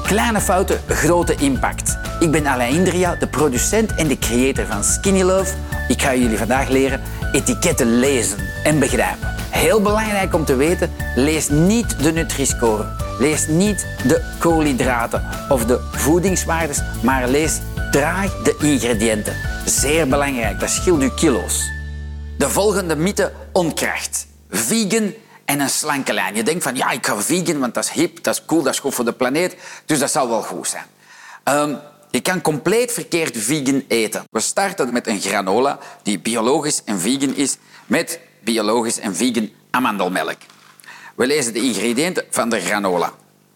Kleine fouten, grote impact. Ik ben Alain Indria, de producent en de creator van Skinny Love. Ik ga jullie vandaag leren etiketten lezen en begrijpen. Heel belangrijk om te weten, lees niet de Nutri-score. Lees niet de koolhydraten of de voedingswaardes, maar lees traag de ingrediënten. Zeer belangrijk, dat scheelt u kilo's. De volgende mythe ontkracht. Vegan en een slanke lijn. Je denkt van, ja, ik ga vegan, want dat is hip, dat is cool, dat is goed voor de planeet, dus dat zal wel goed zijn. Je kan compleet verkeerd vegan eten. We starten met een granola die biologisch en vegan is, met biologisch en vegan amandelmelk. We lezen de ingrediënten van de granola.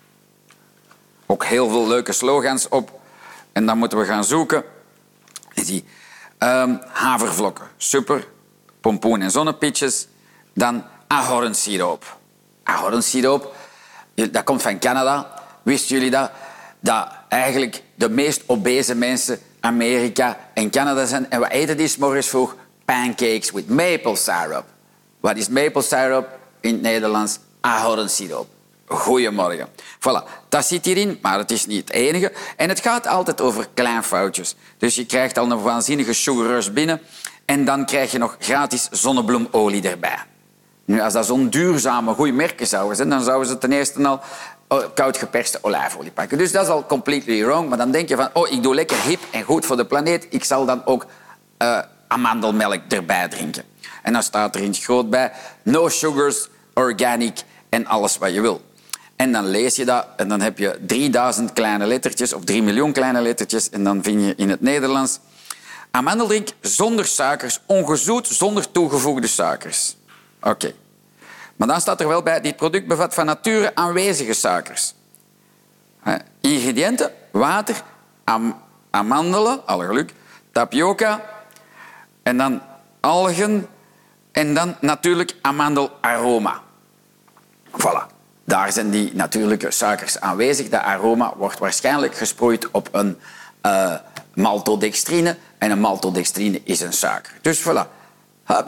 Ook heel veel leuke slogans op. En dan moeten we gaan zoeken. Zie, havervlokken, super. Pompoen en zonnepietjes. Dan ahornsiroop. Ahornsiroop, dat komt van Canada. Wisten jullie dat? Dat eigenlijk de meest obese mensen Amerika en Canada zijn. En wat eten die 's morgens vroeg? Pancakes with maple syrup. Wat is maple syrup in het Nederlands? Ahornsiroop. Goedemorgen. Voilà, dat zit hierin, maar het is niet het enige. En het gaat altijd over kleine foutjes. Dus je krijgt al een waanzinnige sugar rush binnen en dan krijg je nog gratis zonnebloemolie erbij. Nu, als dat zo'n duurzame, goede merken zouden zijn, dan zouden ze ten eerste al koud geperste olijfolie pakken. Dus dat is al completely wrong. Maar dan denk je van, oh, ik doe lekker hip en goed voor de planeet. Ik zal dan ook amandelmelk erbij drinken. En dan staat er in het groot bij, no sugars, organic en alles wat je wil. En dan lees je dat en dan heb je 3000 kleine lettertjes of 3 miljoen kleine lettertjes en dan vind je in het Nederlands amandeldrink zonder suikers, ongezoet, zonder toegevoegde suikers. Oké. Maar dan staat er wel bij, dit product bevat van nature aanwezige suikers. Ingrediënten, water, amandelen, alle geluk, tapioca en dan algen en dan natuurlijk amandelaroma. Voilà. Daar zijn die natuurlijke suikers aanwezig. Dat aroma wordt waarschijnlijk gesproeid op een maltodextrine. En een maltodextrine is een suiker. Dus voilà. Hup.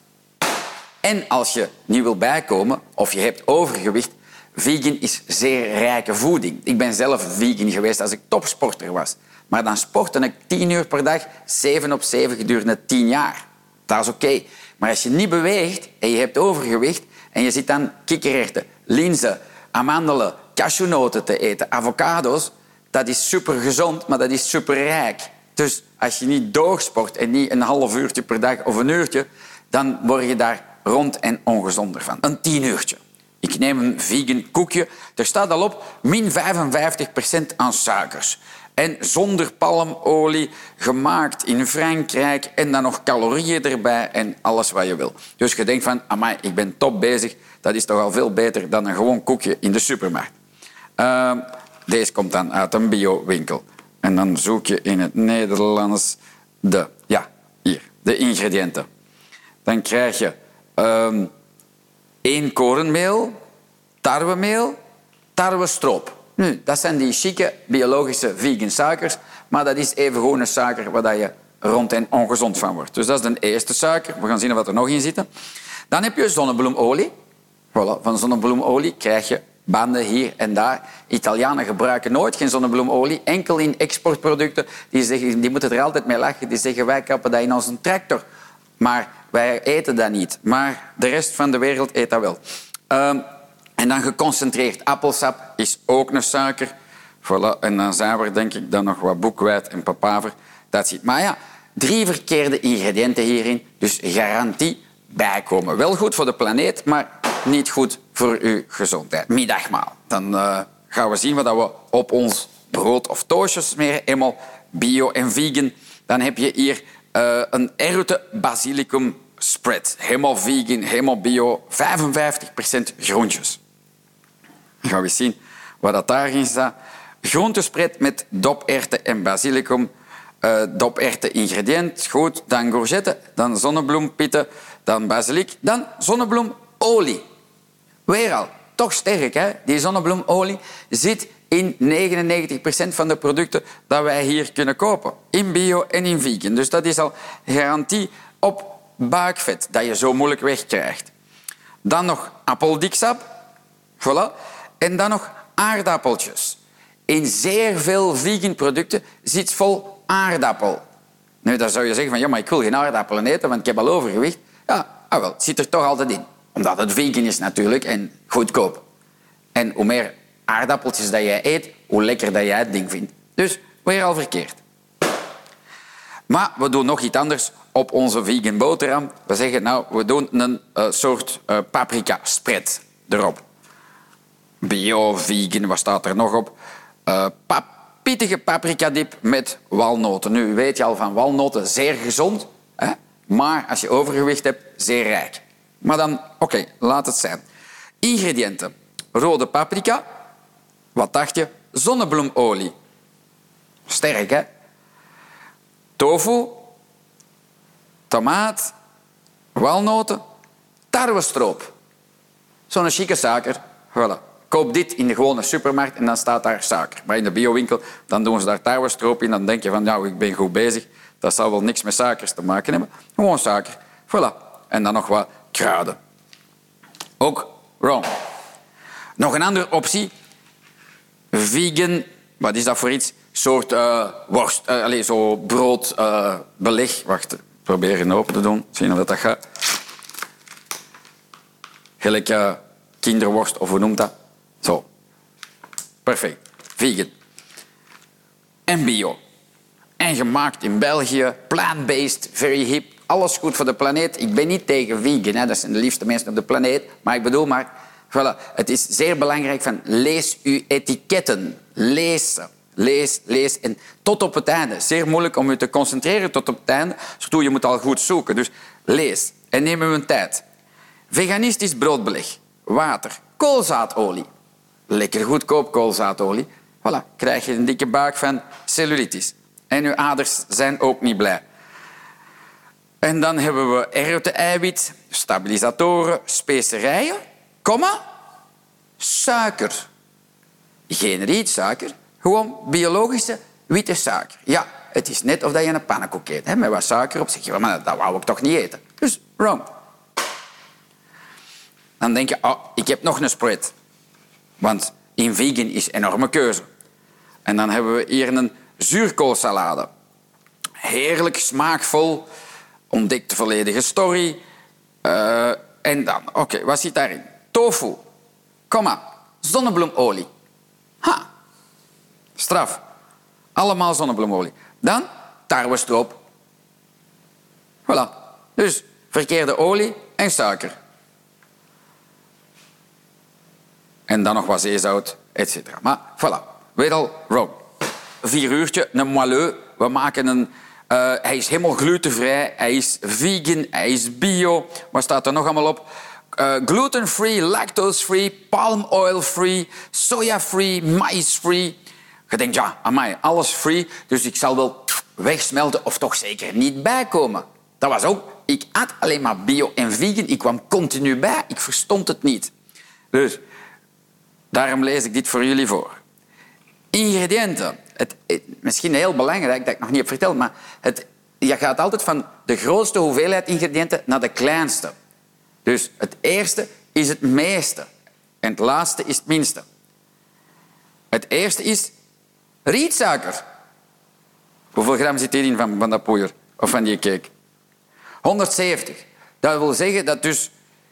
En als je niet wil bijkomen of je hebt overgewicht, vegan is zeer rijke voeding. Ik ben zelf vegan geweest als ik topsporter was. Maar dan sportte ik 10 uur per dag, 7 op 7 gedurende 10 jaar. Dat is oké. Maar als je niet beweegt en je hebt overgewicht en je zit dan kikkererwten, linzen, amandelen, cashewnoten te eten, avocado's, dat is supergezond, maar dat is superrijk. Dus als je niet doorsport en niet een half uurtje per dag of een uurtje, dan word je daar rond en ongezonder van. Een 10 uurtje. Ik neem een vegan koekje. Er staat al op min 55% aan suikers. En zonder palmolie, gemaakt in Frankrijk en dan nog calorieën erbij en alles wat je wil. Dus je denkt van, amai, ik ben top bezig. Dat is toch al veel beter dan een gewoon koekje in de supermarkt. Deze komt dan uit een biowinkel. En dan zoek je in het Nederlands de ingrediënten. Dan krijg je 1 korenmeel, tarwemeel, tarwestroop. Nu, dat zijn die chique biologische vegan suikers, maar dat is even gewoon een suiker waar je rond en ongezond van wordt. Dus dat is de eerste suiker. We gaan zien wat er nog in zit. Dan heb je zonnebloemolie. Voilà, van zonnebloemolie krijg je banden hier en daar. Italianen gebruiken nooit geen zonnebloemolie, enkel in exportproducten. Die moeten er altijd mee lachen. Die zeggen, wij kappen dat in onze tractor. Maar wij eten dat niet. Maar de rest van de wereld eet dat wel. En dan geconcentreerd appelsap is ook een suiker. Voilà. En dan zijn er denk ik dan nog wat boekweit en papaver. Dat zit. Maar ja, 3 verkeerde ingrediënten hierin. Dus garantie bijkomen. Wel goed voor de planeet, maar niet goed voor uw gezondheid. Middagmaal. Dan gaan we zien wat we op ons brood of toastjes smeren. Eenmaal bio en vegan. Dan heb je hier een erwten basilicum spread. Helemaal vegan, helemaal bio. 55% groentjes. Dan gaan we zien wat dat daarin staat. Groentespread met doperwten en basilicum. Doperwten ingrediënt, goed. Dan courgette, dan zonnebloempitten, dan basiliek, dan zonnebloemolie. Weer al, toch sterk, hè? Die zonnebloemolie zit in 99% van de producten dat wij hier kunnen kopen. In bio en in vegan. Dus dat is al garantie op buikvet, dat je zo moeilijk wegkrijgt. Dan nog appeldiksap. Voilà. En dan nog aardappeltjes. In zeer veel vegan producten zit vol aardappel. Nu, dan zou je zeggen van, ja, maar ik wil geen aardappelen eten, want ik heb al overgewicht. Ja, wel, het zit er toch altijd in. Omdat het vegan is natuurlijk en goedkoop. En hoe meer aardappeltjes dat jij eet, hoe lekker dat jij het ding vindt. Dus weer al verkeerd. Maar we doen nog iets anders op onze vegan boterham. We zeggen, nou, we doen een soort paprika spread erop. Bio, vegan, wat staat er nog op? Pittige paprikadip met walnoten. Nu weet je al van walnoten, zeer gezond. Hè? Maar als je overgewicht hebt, zeer rijk. Maar dan, oké, laat het zijn. Ingrediënten. Rode paprika. Wat dacht je? Zonnebloemolie. Sterk, hè? Tofu. Tomaat. Walnoten. Tarwestroop. Zo'n chique suiker. Voilà. Koop dit in de gewone supermarkt en dan staat daar suiker. Maar in de biowinkel dan doen ze daar tarwestroop in. Dan denk je van, nou, ik ben goed bezig. Dat zal wel niks met suikers te maken hebben. Gewoon suiker. Voilà. En dan nog wat kruiden. Ook wrong. Nog een andere optie. Vegan, wat is dat voor iets? Soort worst, zo broodbeleg. Wacht, ik probeer het open te doen. Zien of dat gaat. Gelijk kinderworst, of hoe noemt dat? Zo. Perfect. Vegan. En bio. En gemaakt in België. Plant-based, very hip. Alles goed voor de planeet. Ik ben niet tegen vegan, hè. Dat zijn de liefste mensen op de planeet. Maar ik bedoel maar, voilà. Het is zeer belangrijk van lees uw etiketten. Lezen. Lees. En tot op het einde. Zeer moeilijk om je te concentreren tot op het einde. Zodat je moet al goed zoeken. Dus lees. En neem uw tijd. Veganistisch broodbeleg. Water. Koolzaadolie. Lekker goedkoop koolzaadolie. Voilà. Krijg je een dikke buik van cellulitis. En uw aders zijn ook niet blij. En dan hebben we erwten-eiwit, stabilisatoren, specerijen, suiker. Geen rietsuiker, gewoon biologische witte suiker. Ja, het is net of je een pannenkoek eet, hè, met wat suiker op. Zeg je, maar dat wou ik toch niet eten. Dus wrong. Dan denk je, oh, ik heb nog een spread. Want in vegan is enorme keuze. En dan hebben we hier een zuurkoolsalade. Heerlijk, smaakvol. Ontdekt de volledige story. En dan, oké, wat zit daarin? Tofu. Zonnebloemolie. Ha. Straf. Allemaal zonnebloemolie. Dan tarwestroop. Voilà. Dus verkeerde olie en suiker. En dan nog wat zeezout, etc. Maar voilà, weer al wrong. 4 uurtje, een moelleux. We maken een... hij is helemaal glutenvrij, hij is vegan, hij is bio. Wat staat er nog allemaal op? Gluten-free, lactose-free, palm oil-free, soja-free, maïs-free. Je denkt, ja, amai, alles free, dus ik zal wel wegsmelten of toch zeker niet bijkomen. Dat was ook, ik at alleen maar bio en vegan, ik kwam continu bij, ik verstond het niet. Dus daarom lees ik dit voor jullie voor. Ingrediënten. Misschien heel belangrijk dat ik nog niet heb verteld, maar je gaat altijd van de grootste hoeveelheid ingrediënten naar de kleinste. Dus het eerste is het meeste en het laatste is het minste. Het eerste is rietsuiker. Hoeveel gram zit hierin van dat poeier of van die cake? 170. Dat wil zeggen dat dus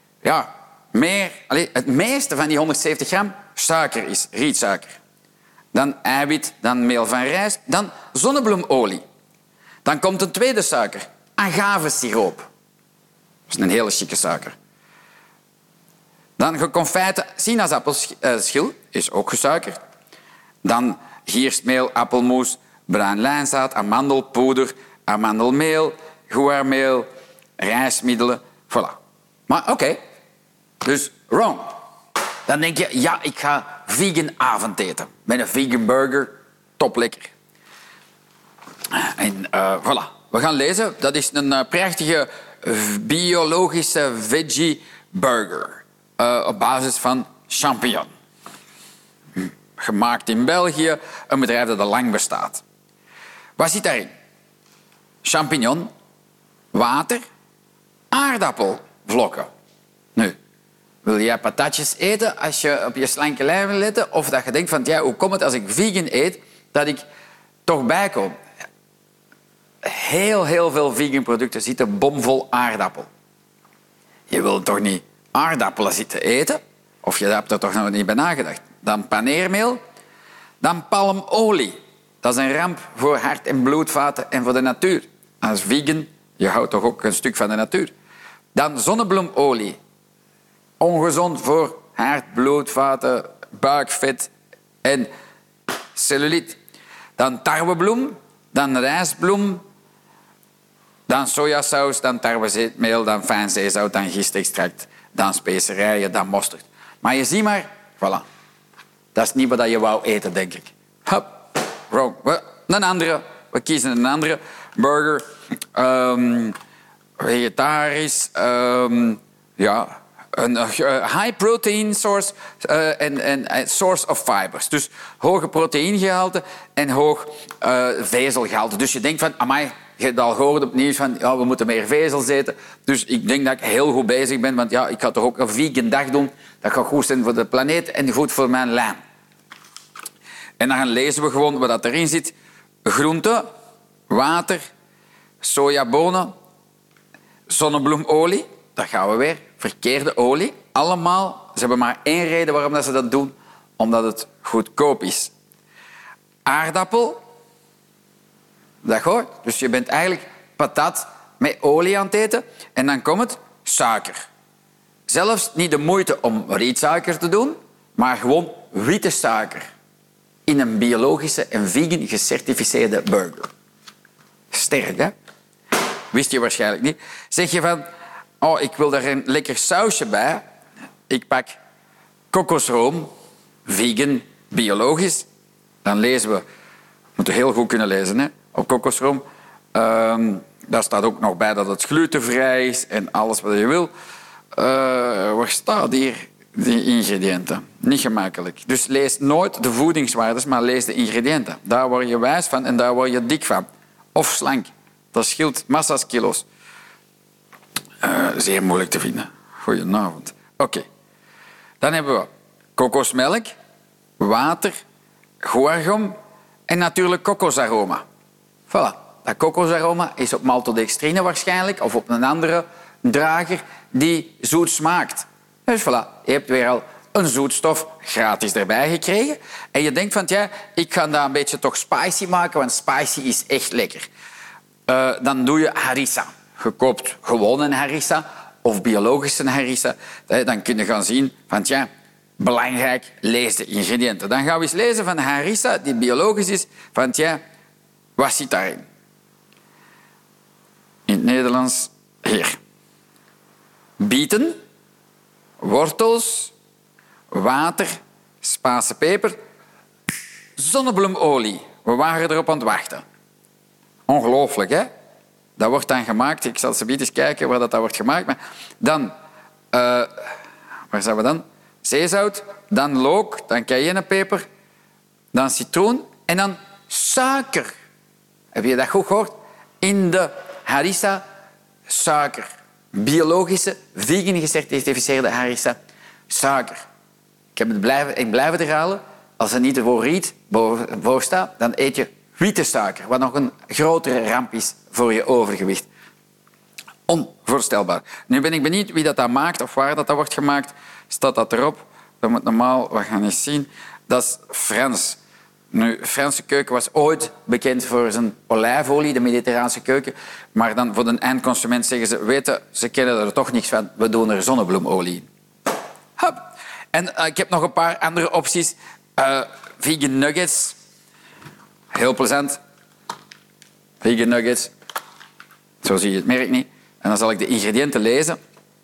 het meeste van die 170 gram suiker is, rietsuiker. Dan eiwit, dan meel van rijst, dan zonnebloemolie. Dan komt een tweede suiker, agavesiroop. Dat is een hele chique suiker. Dan geconfijte sinaasappelschil, is ook gesuikerd. Dan gierstmeel, appelmoes, bruin lijnzaad, amandelpoeder, amandelmeel, guarmeel, rijstmiddelen, voilà. Maar oké, dus wrong. Dan denk je, ja, ik ga vegan avondeten. Met een vegan burger, top lekker. En voilà, we gaan lezen. Dat is een prachtige biologische veggie burger. Op basis van champignon. Gemaakt in België, een bedrijf dat al lang bestaat. Wat zit daarin? Champignon, water, aardappelvlokken. Nu, Wil jij patatjes eten als je op je slanke lijn wil letten? Of dat je denkt van, ja, hoe komt het als ik vegan eet, dat ik toch bijkom? Heel veel vegan producten zitten bomvol aardappel. Je wilt toch niet aardappelen zitten eten? Of je hebt er toch nog niet bij nagedacht? Dan paneermeel, dan palmolie. Dat is een ramp voor hart- en bloedvaten en voor de natuur. Als vegan, je houdt toch ook een stuk van de natuur. Dan zonnebloemolie. Ongezond voor hart, bloedvaten, buikvet en cellulite. Dan tarwebloem, dan rijstbloem, dan sojasaus, dan tarwezeetmeel, dan fijn zeezout, dan gistextract, dan specerijen, dan mosterd. Maar je ziet maar, voilà. Dat is niet wat je wou eten, denk ik. Hup, wrong. Een andere. We kiezen een andere. Burger. Vegetarisch. Ja. Een high protein source en source of fibers. Dus hoge proteïngehalte en hoog vezelgehalte. Dus je denkt van, amai, je hebt al gehoord op het nieuws van, ja, we moeten meer vezels eten. Dus ik denk dat ik heel goed bezig ben, want ja, ik ga toch ook een vegan dag doen. Dat gaat goed zijn voor de planeet en goed voor mijn lijn. En dan lezen we gewoon wat dat erin zit. Groenten, water, sojabonen, zonnebloemolie. Daar gaan we weer. Verkeerde olie. Allemaal. Ze hebben maar één reden waarom dat ze dat doen. Omdat het goedkoop is. Aardappel. Dat hoort. Dus je bent eigenlijk patat met olie aan het eten. En dan komt het suiker. Zelfs niet de moeite om rietsuiker te doen. Maar gewoon witte suiker. In een biologische en vegan gecertificeerde burger. Sterk, hè? Wist je waarschijnlijk niet. Zeg je van, oh, ik wil daar een lekker sausje bij. Ik pak kokosroom, vegan, biologisch. Dan lezen we, we moeten heel goed kunnen lezen, hè, op kokosroom. Daar staat ook nog bij dat het glutenvrij is en alles wat je wil. Waar staat hier die ingrediënten? Niet gemakkelijk. Dus lees nooit de voedingswaardes, maar lees de ingrediënten. Daar word je wijs van en daar word je dik van. Of slank. Dat scheelt massa's kilo's. Zeer moeilijk te vinden. Goedenavond. Oké. Dan hebben we kokosmelk, water, guargom en natuurlijk kokosaroma. Voilà. Dat kokosaroma is op maltodextrine waarschijnlijk of op een andere drager die zoet smaakt. Dus voilà, je hebt weer al een zoetstof gratis erbij gekregen. En je denkt van, ja, ik ga dat een beetje toch spicy maken, want spicy is echt lekker. Dan doe je harissa. Je koopt gewoon een harissa of biologische harissa. Dan kun je gaan zien van, ja, belangrijk, lees de ingrediënten. Dan gaan we eens lezen van harissa die biologisch is, van, ja, wat zit daarin? In het Nederlands, hier. Bieten, wortels, water, Spaanse peper, zonnebloemolie. We waren erop aan het wachten. Ongelooflijk, hè? Dat wordt dan gemaakt. Ik zal ze eens kijken waar dat wordt gemaakt. Maar dan, waar zijn we dan? Zeezout, dan look, dan cayennepeper, dan citroen en dan suiker. Heb je dat goed gehoord? In de harissa, suiker. Biologische, vegan gecertificeerde harissa, suiker. Ik blijf het herhalen. Als er niet voor riet voor staat, dan eet je witte suiker, wat nog een grotere ramp is voor je overgewicht. Onvoorstelbaar. Nu ben ik benieuwd wie dat maakt of waar dat wordt gemaakt. Staat dat erop? Dat moet normaal, we gaan eens zien. Dat is Frans. Nu, de Franse keuken was ooit bekend voor zijn olijfolie, de mediterraanse keuken. Maar dan voor de eindconsument zeggen ze, weten, ze kennen er toch niks van, we doen er zonnebloemolie in. Hup. En ik heb nog een paar andere opties. Vegan nuggets. Heel plezant. Vegan nuggets. Zo zie je het merk niet. En dan zal ik de ingrediënten lezen.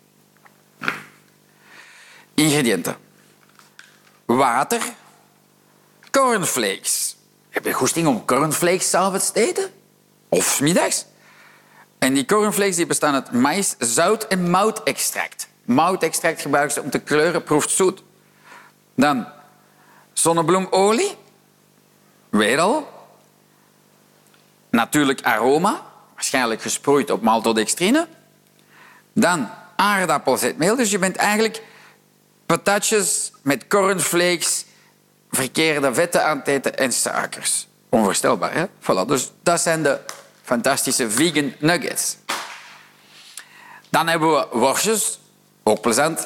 Ingrediënten. Water. Cornflakes. Heb je goesting om cornflakes 's avonds te eten? Of 's middags? En die cornflakes die bestaan uit maïs, zout en moutextract. Moutextract gebruiken ze om te kleuren, proeft zoet. Dan zonnebloemolie. Weer al. Natuurlijk aroma. Waarschijnlijk gesproeid op maltodextrine. Dan aardappelzetmeel. Dus je bent eigenlijk patatjes met cornflakes, verkeerde vetten aan het eten en suikers. Onvoorstelbaar, hè? Voilà, dus dat zijn de fantastische vegan nuggets. Dan hebben we worstjes, ook plezant.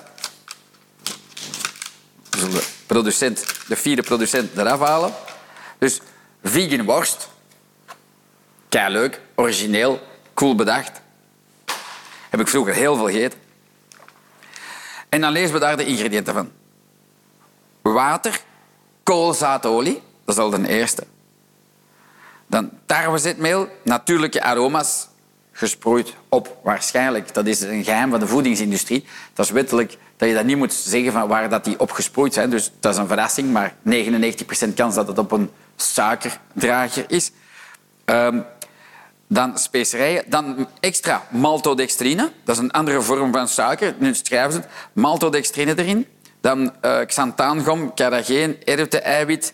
We zullen de vierde producent eraf halen. Dus vegan worst. Keileuk, origineel, cool bedacht. Heb ik vroeger heel veel gegeten. En dan lezen we daar de ingrediënten van. Water, koolzaadolie, dat is al de eerste. Dan tarwezetmeel, natuurlijke aroma's, gesproeid op waarschijnlijk. Dat is een geheim van de voedingsindustrie. Dat is wettelijk dat je dat niet moet zeggen van waar dat die op gesproeid zijn. Dus dat is een verrassing, maar 99% kans dat het op een suikerdrager is. Dan specerijen. Dan extra maltodextrine. Dat is een andere vorm van suiker. Nu schrijven ze het. Maltodextrine erin. Dan xanthaangom, carrageen, erwten-eiwit,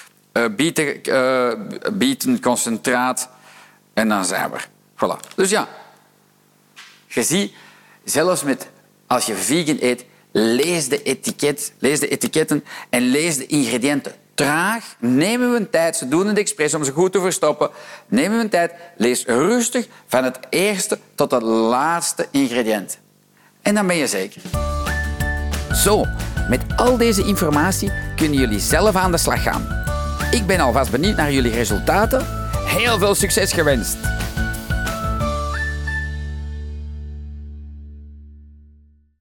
bietenconcentraat. En dan zijn we er. Voilà. Dus ja, je ziet, zelfs als je vegan eet, lees de etiketten en lees de ingrediënten. Traag, nemen we een tijd, ze doen het expres om ze goed te verstoppen. Nemen we een tijd, lees rustig van het eerste tot het laatste ingrediënt. En dan ben je zeker. Zo, met al deze informatie kunnen jullie zelf aan de slag gaan. Ik ben alvast benieuwd naar jullie resultaten. Heel veel succes gewenst!